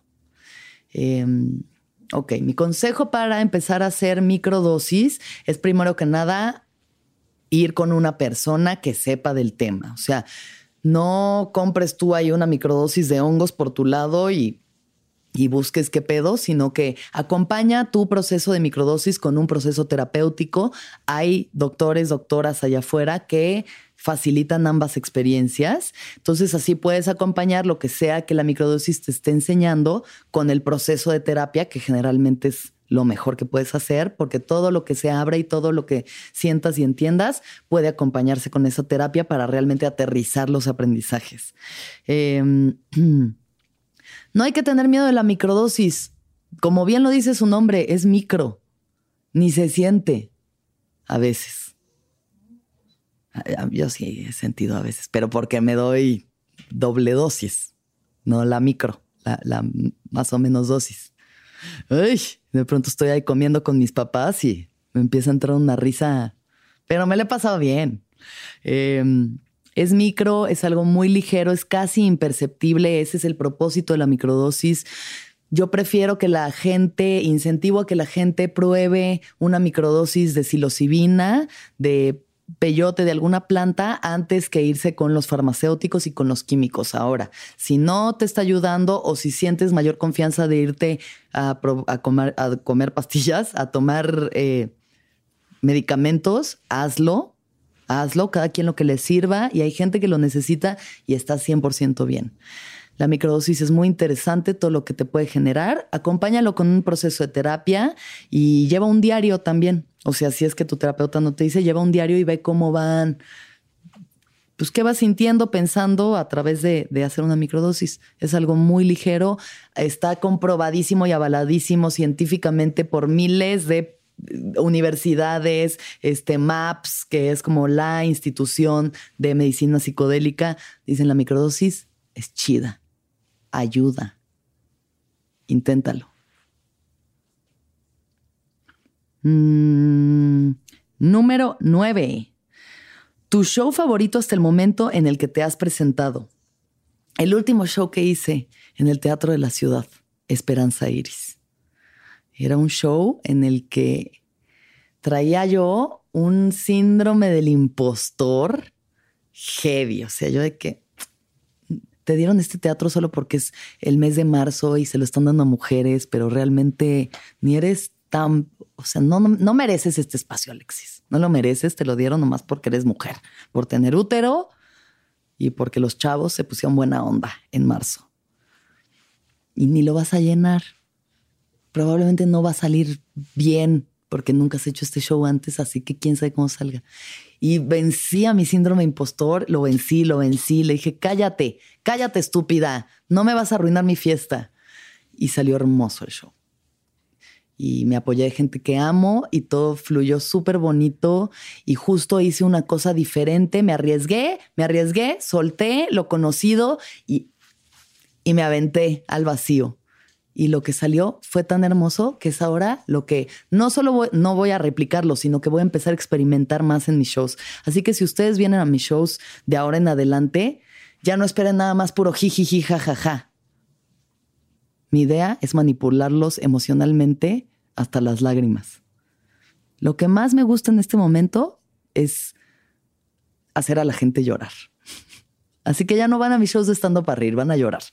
Ok, mi consejo para empezar a hacer microdosis es primero que nada ir con una persona que sepa del tema. O sea, No compres tú ahí una microdosis de hongos por tu lado y busques qué pedo, sino que acompaña tu proceso de microdosis con un proceso terapéutico. Hay doctores, doctoras allá afuera que facilitan ambas experiencias. Entonces así puedes acompañar lo que sea que la microdosis te esté enseñando con el proceso de terapia, que generalmente es lo mejor que puedes hacer, porque todo lo que se abra y todo lo que sientas y entiendas puede acompañarse con esa terapia para realmente aterrizar los aprendizajes. No hay que tener miedo de la microdosis. Como bien lo dice su nombre, es micro. Ni se siente a veces. Yo sí he sentido a veces, pero porque me doy doble dosis, no la micro, la más o menos dosis. Ay, de pronto estoy ahí comiendo con mis papás y me empieza a entrar una risa, pero me la he pasado bien. Es micro, es algo muy ligero, es casi imperceptible. Ese es el propósito de la microdosis. Yo prefiero que incentivo a que la gente pruebe una microdosis de psilocibina, de peyote, de alguna planta, antes que irse con los farmacéuticos y con los químicos. Ahora, si no te está ayudando o si sientes mayor confianza de irte a comer pastillas, a tomar medicamentos, hazlo, cada quien lo que le sirva, y hay gente que lo necesita y está 100% bien. La microdosis es muy interesante, todo lo que te puede generar. Acompáñalo con un proceso de terapia y lleva un diario también. O sea, si es que tu terapeuta no te dice, lleva un diario y ve cómo van, pues qué vas sintiendo, pensando a través de hacer una microdosis. Es algo muy ligero, está comprobadísimo y avaladísimo científicamente por miles de universidades, MAPS, que es como la institución de medicina psicodélica. Dicen, la microdosis es chida, ayuda, inténtalo. Número 9. Tu show favorito hasta el momento en el que te has presentado. El último show que hice en el Teatro de la Ciudad, Esperanza Iris. Era un show en el que traía yo un síndrome del impostor heavy. O sea, yo de que te dieron este teatro solo porque es el mes de marzo y se lo están dando a mujeres, pero realmente ni eres tan... O sea, no mereces este espacio, Alexis. No lo mereces, te lo dieron nomás porque eres mujer, por tener útero y porque los chavos se pusieron buena onda en marzo. Y ni lo vas a llenar. Probablemente no va a salir bien porque nunca has hecho este show antes, así que quién sabe cómo salga. Y vencí a mi síndrome impostor, lo vencí. Le dije, cállate estúpida, no me vas a arruinar mi fiesta. Y salió hermoso el show. Y me apoyé de gente que amo y todo fluyó súper bonito. Y justo hice una cosa diferente, me arriesgué, solté lo conocido y me aventé al vacío. Y lo que salió fue tan hermoso que es ahora lo que no solo no voy a replicarlo, sino que voy a empezar a experimentar más en mis shows. Así que si ustedes vienen a mis shows de ahora en adelante, ya no esperen nada más puro jijiji, jajaja. Mi idea es manipularlos emocionalmente hasta las lágrimas. Lo que más me gusta en este momento es hacer a la gente llorar. Así que ya no van a mis shows de stand-up a reír, van a llorar.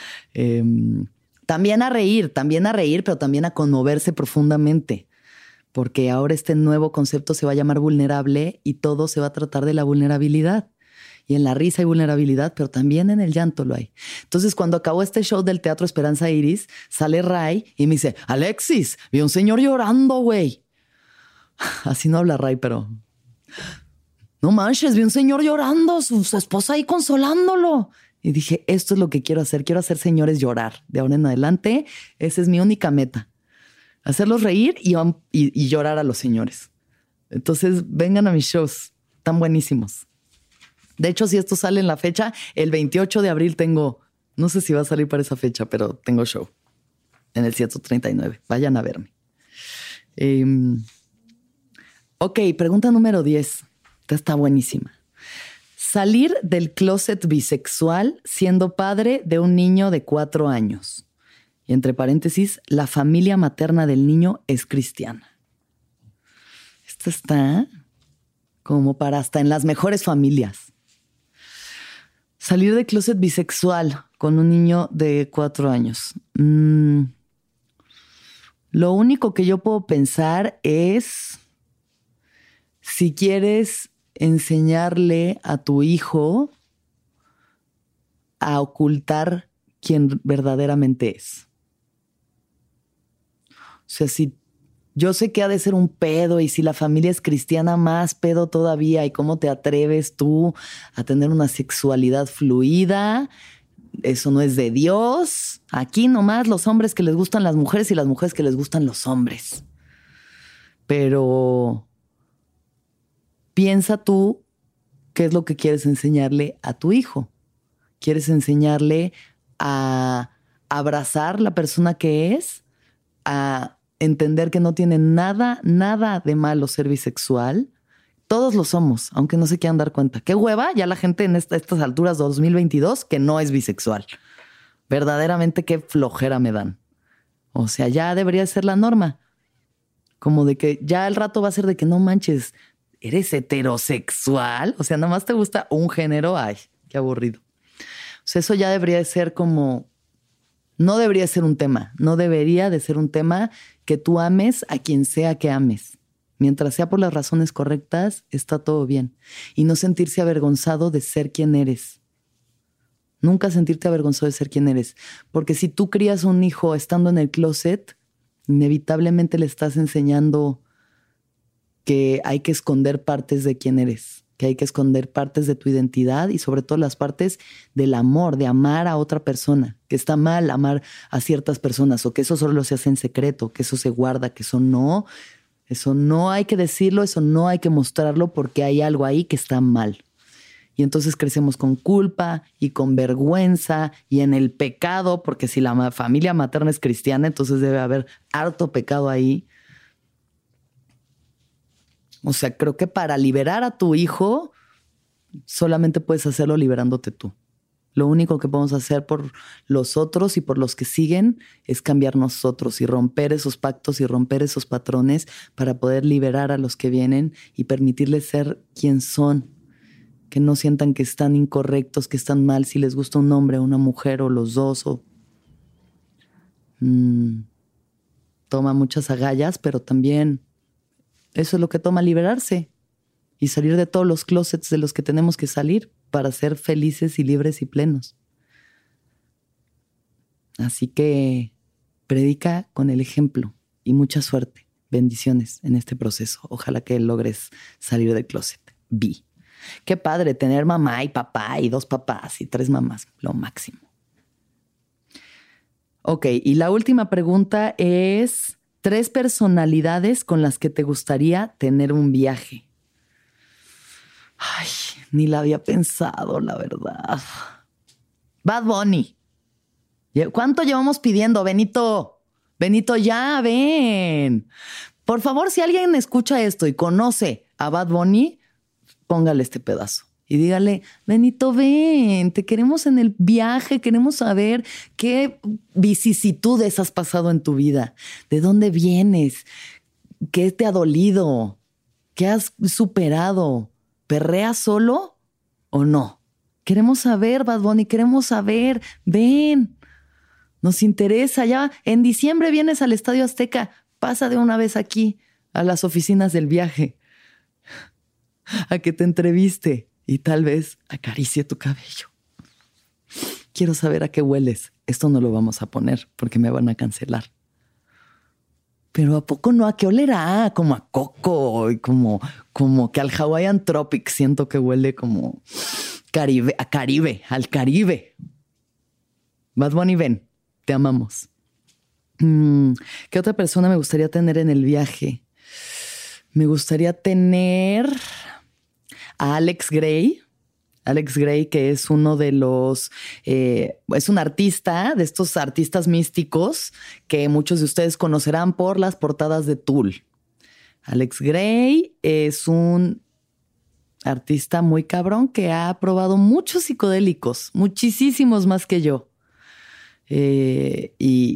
También a reír, pero también a conmoverse profundamente, porque ahora este nuevo concepto se va a llamar vulnerable y todo se va a tratar de la vulnerabilidad. Y en la risa hay vulnerabilidad, pero también en el llanto lo hay. Entonces, cuando acabó este show del Teatro Esperanza Iris, sale Ray y me dice, Alexis, vi a un señor llorando, güey. Así no habla Ray, pero... No manches, vi un señor llorando, su esposa ahí consolándolo. Y dije, esto es lo que quiero hacer señores llorar. De ahora en adelante, esa es mi única meta. Hacerlos reír y llorar a los señores. Entonces, vengan a mis shows. Están buenísimos. De hecho, si esto sale en la fecha, el 28 de abril tengo... No sé si va a salir para esa fecha, pero tengo show en el 139. Vayan a verme. Ok, pregunta número 10. Esta está buenísima. Salir del closet bisexual siendo padre de un niño de 4 años. Y entre paréntesis, la familia materna del niño es cristiana. Esto está como para hasta en las mejores familias. Salir de closet bisexual con un niño de 4 años. Lo único que yo puedo pensar es si quieres enseñarle a tu hijo a ocultar quién verdaderamente es. O sea, si yo sé que ha de ser un pedo y si la familia es cristiana, más pedo todavía. ¿Y cómo te atreves tú a tener una sexualidad fluida? Eso no es de Dios. Aquí nomás los hombres que les gustan las mujeres y las mujeres que les gustan los hombres. Pero piensa tú qué es lo que quieres enseñarle a tu hijo. ¿Quieres enseñarle a abrazar la persona que es? A entender que no tiene nada de malo ser bisexual. Todos lo somos, aunque no se quieran dar cuenta. Qué hueva ya la gente en estas alturas 2022 que no es bisexual. Verdaderamente qué flojera me dan. O sea, ya debería ser la norma. Como de que ya el rato va a ser de que no manches, ¿eres heterosexual? O sea, nada más te gusta un género. Ay, qué aburrido. O sea, eso ya debería de ser como... No debería ser un tema. No debería de ser un tema que tú ames a quien sea que ames. Mientras sea por las razones correctas, está todo bien. Y no sentirse avergonzado de ser quien eres. Nunca sentirte avergonzado de ser quien eres. Porque si tú crías un hijo estando en el closet, inevitablemente le estás enseñando que hay que esconder partes de quién eres. Que hay que esconder partes de tu identidad y sobre todo las partes del amor, de amar a otra persona. Que está mal amar a ciertas personas o que eso solo se hace en secreto, que eso se guarda, que eso no hay que decirlo, eso no hay que mostrarlo porque hay algo ahí que está mal. Y entonces crecemos con culpa y con vergüenza y en el pecado, porque si la familia materna es cristiana, entonces debe haber harto pecado ahí. O sea, creo que para liberar a tu hijo, solamente puedes hacerlo liberándote tú. Lo único que podemos hacer por los otros y por los que siguen es cambiar nosotros y romper esos pactos y romper esos patrones para poder liberar a los que vienen y permitirles ser quien son. Que no sientan que están incorrectos, que están mal si les gusta un hombre o una mujer o los dos. Toma muchas agallas, pero también... Eso es lo que toma liberarse y salir de todos los closets de los que tenemos que salir para ser felices y libres y plenos. Así que predica con el ejemplo y mucha suerte. Bendiciones en este proceso. Ojalá que logres salir del closet. Qué padre tener mamá y papá y 2 papás y 3 mamás. Lo máximo. Ok, y la última pregunta es... 3 personalidades con las que te gustaría tener un viaje. Ay, ni la había pensado, la verdad. Bad Bunny. ¿Cuánto llevamos pidiendo, Benito? Benito, ya, ven. Por favor, si alguien escucha esto y conoce a Bad Bunny, póngale este pedazo. Y dígale, Benito, ven, te queremos en el viaje, queremos saber qué vicisitudes has pasado en tu vida, de dónde vienes, qué te ha dolido, qué has superado, ¿perreas solo o no? Queremos saber, Bad Bunny, queremos saber, ven, nos interesa. Ya en diciembre vienes al Estadio Azteca, pasa de una vez aquí a las oficinas del viaje, a que te entreviste. Y tal vez acaricie tu cabello. Quiero saber a qué hueles. Esto no lo vamos a poner porque me van a cancelar. Pero ¿a poco no? ¿A qué olerá? Como a coco y como que al Hawaiian Tropic siento que huele como al Caribe. Bad Bunny, ven, te amamos. ¿Qué otra persona me gustaría tener en el viaje? Me gustaría tener... a Alex Gray. Alex Gray, que es uno de los... es un artista, de estos artistas místicos que muchos de ustedes conocerán por las portadas de Tool. Alex Gray es un artista muy cabrón que ha probado muchos psicodélicos, muchísimos más que yo. Y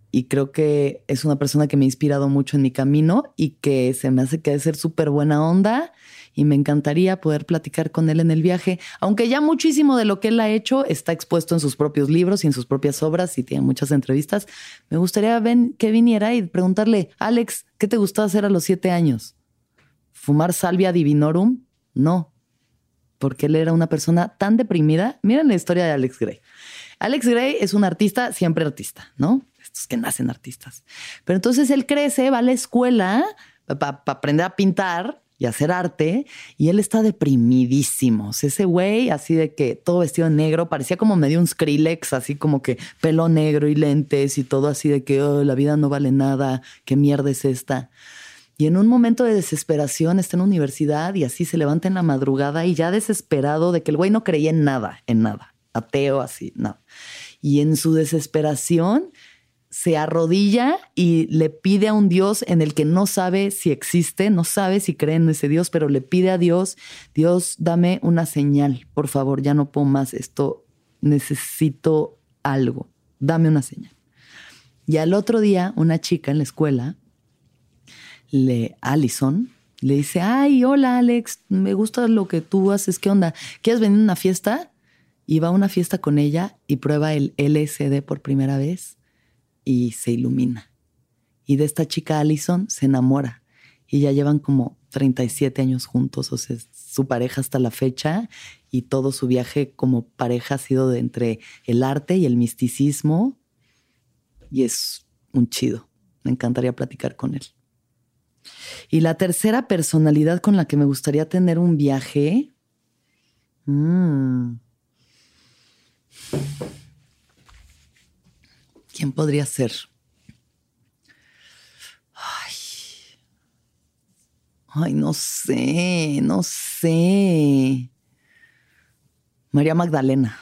y creo que es una persona que me ha inspirado mucho en mi camino y que se me hace que debe ser súper buena onda y me encantaría poder platicar con él en el viaje, aunque ya muchísimo de lo que él ha hecho está expuesto en sus propios libros y en sus propias obras y tiene muchas entrevistas. Me gustaría que viniera y preguntarle, Alex, ¿qué te gustaba hacer a los 7 años? ¿Fumar salvia divinorum? No, porque él era una persona tan deprimida. Miren la historia de Alex Grey. Alex Grey es un artista, siempre artista, ¿no? Estos que nacen artistas. Pero entonces él crece, va a la escuela para aprender a pintar y hacer arte, y él está deprimidísimo. O sea, ese güey así de que todo vestido de negro, parecía como medio un Skrillex, así como que pelo negro y lentes y todo así de que la vida no vale nada, qué mierda es esta. Y en un momento de desesperación está en la universidad y así se levanta en la madrugada y ya desesperado de que el güey no creía en nada, ateo, así, nada. Y en su desesperación se arrodilla y le pide a un Dios en el que no sabe si existe, no sabe si cree en ese Dios, pero le pide a Dios, Dios, dame una señal, por favor, ya no puedo más esto, necesito algo, dame una señal. Y al otro día, una chica en la escuela, Allison, le dice, ay, hola Alex, me gusta lo que tú haces, ¿qué onda? ¿Quieres venir a una fiesta? Y va a una fiesta con ella y prueba el LSD por primera vez y se ilumina. Y de esta chica Allison se enamora y ya llevan como 37 años juntos, o sea, su pareja hasta la fecha, y todo su viaje como pareja ha sido de entre el arte y el misticismo, y es un chido. Me encantaría platicar con él. Y la tercera personalidad con la que me gustaría tener un viaje... ¿Quién podría ser? Ay, no sé. María Magdalena.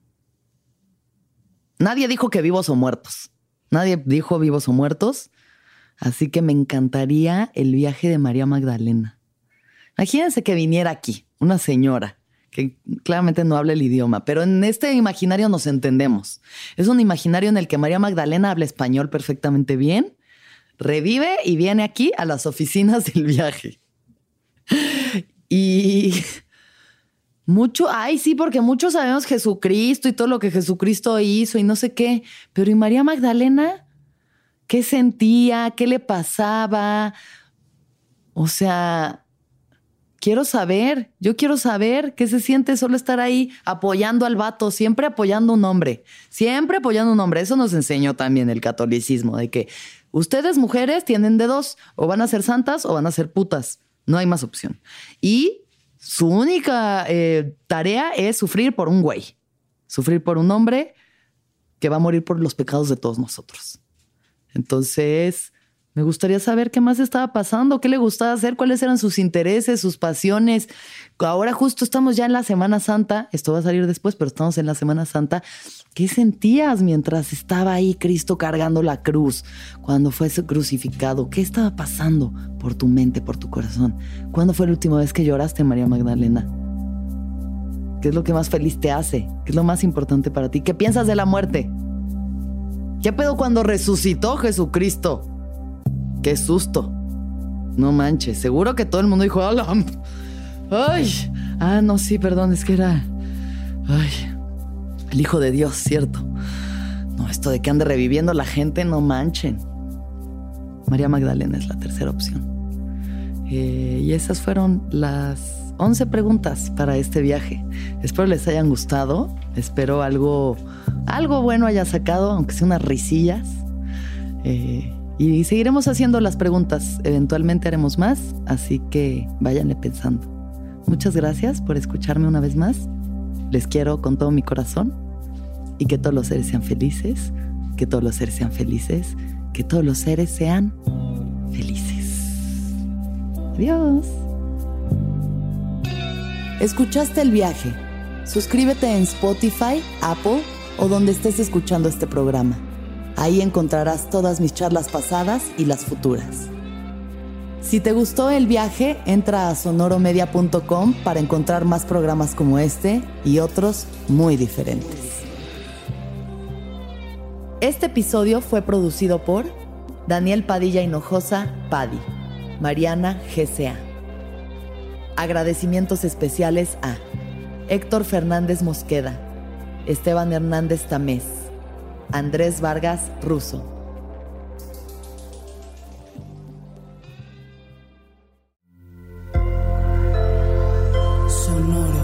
Nadie dijo que vivos o muertos. Nadie dijo vivos o muertos. Así que me encantaría el viaje de María Magdalena. Imagínense que viniera aquí una señora que claramente no habla el idioma, pero en este imaginario nos entendemos. Es un imaginario en el que María Magdalena habla español perfectamente bien, revive y viene aquí a las oficinas del viaje. Y sí, porque muchos sabemos Jesucristo y todo lo que Jesucristo hizo y no sé qué, pero ¿y María Magdalena? ¿Qué sentía? ¿Qué le pasaba? O sea, yo quiero saber qué se siente solo estar ahí apoyando al vato, siempre apoyando a un hombre. Eso nos enseñó también el catolicismo, de que ustedes mujeres tienen de dos, o van a ser santas o van a ser putas. No hay más opción. Y su única tarea es sufrir por un güey, sufrir por un hombre que va a morir por los pecados de todos nosotros. Entonces, me gustaría saber qué más estaba pasando, qué le gustaba hacer, cuáles eran sus intereses, sus pasiones. Ahora justo estamos ya en la Semana Santa. Esto va a salir después, pero estamos en la Semana Santa. ¿Qué sentías mientras estaba ahí Cristo cargando la cruz? Cuando fue crucificado, ¿qué estaba pasando por tu mente, por tu corazón? ¿Cuándo fue la última vez que lloraste, María Magdalena? ¿Qué es lo que más feliz te hace? ¿Qué es lo más importante para ti? ¿Qué piensas de la muerte? ¿Qué pedo cuando resucitó Jesucristo? ¡Qué susto! No manches, seguro que todo el mundo dijo, ¡ay! No, sí, perdón, es que era... ¡Ay! El Hijo de Dios, ¿cierto? No, esto de que ande reviviendo la gente, no manchen. María Magdalena es la tercera opción. Y esas fueron las 11 preguntas para este viaje. Espero les hayan gustado. Espero algo bueno haya sacado, aunque sea unas risillas. Y seguiremos haciendo las preguntas. Eventualmente haremos más, así que váyanle pensando. Muchas gracias por escucharme una vez más. Les quiero con todo mi corazón. Y que todos los seres sean felices. Que todos los seres sean felices. Que todos los seres sean felices. Adiós. ¿Escuchaste el viaje? Suscríbete en Spotify, Apple o donde estés escuchando este programa. Ahí encontrarás todas mis charlas pasadas y las futuras. Si te gustó el viaje, entra a sonoromedia.com para encontrar más programas como este y otros muy diferentes. Este episodio fue producido por Daniel Padilla Hinojosa, Padi, Mariana GCA. Agradecimientos especiales a Héctor Fernández Mosqueda, Esteban Hernández Tamés, Andrés Vargas Russo. Sonoro.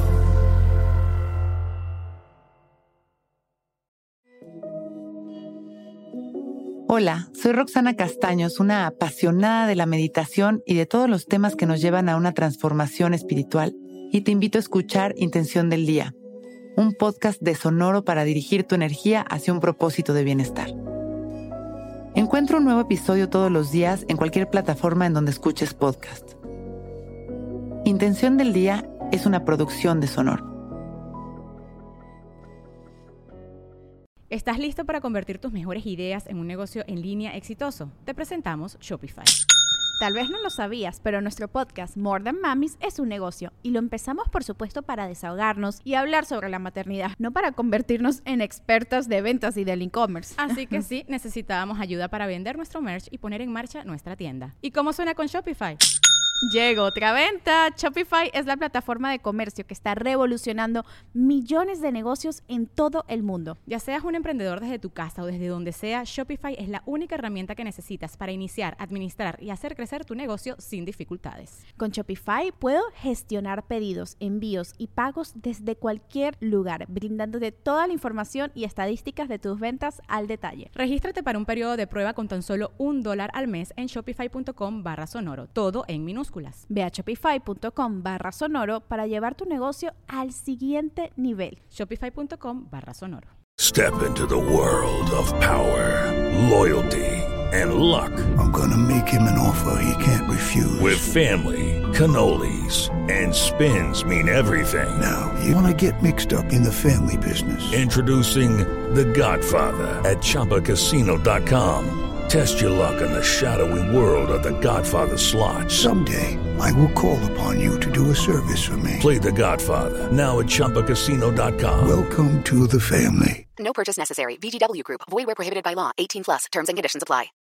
Hola, soy Roxana Castaños, una apasionada de la meditación y de todos los temas que nos llevan a una transformación espiritual, y te invito a escuchar Intención del Día, un podcast de Sonoro para dirigir tu energía hacia un propósito de bienestar. Encuentra un nuevo episodio todos los días en cualquier plataforma en donde escuches podcast. Intención del Día es una producción de Sonoro. ¿Estás listo para convertir tus mejores ideas en un negocio en línea exitoso? Te presentamos Shopify. Tal vez no lo sabías, pero nuestro podcast More Than Mamis es un negocio y lo empezamos por supuesto para desahogarnos y hablar sobre la maternidad, no para convertirnos en expertas de ventas y del e-commerce. Así que sí, necesitábamos ayuda para vender nuestro merch y poner en marcha nuestra tienda. ¿Y cómo suena con Shopify? Llegó otra venta. Shopify es la plataforma de comercio que está revolucionando millones de negocios en todo el mundo. Ya seas un emprendedor desde tu casa o desde donde sea, Shopify es la única herramienta que necesitas para iniciar, administrar y hacer crecer tu negocio sin dificultades. Con Shopify puedo gestionar pedidos, envíos y pagos desde cualquier lugar, brindándote toda la información y estadísticas de tus ventas al detalle. Regístrate para un periodo de prueba con tan solo $1 al mes en shopify.com/sonoro, todo en minúsculas. Ve a shopify.com/sonoro para llevar tu negocio al siguiente nivel. Shopify.com/sonoro. Step into the world of power, loyalty, and luck. I'm gonna make him an offer he can't refuse. With family, cannolis, and spins mean everything. Now, you wanna get mixed up in the family business. Introducing The Godfather at ChumbaCasino.com. Test your luck in the shadowy world of The Godfather slot. Someday, I will call upon you to do a service for me. Play The Godfather now at ChumbaCasino.com. Welcome to the family. No purchase necessary. VGW Group. Void where prohibited by law. 18+. Terms and conditions apply.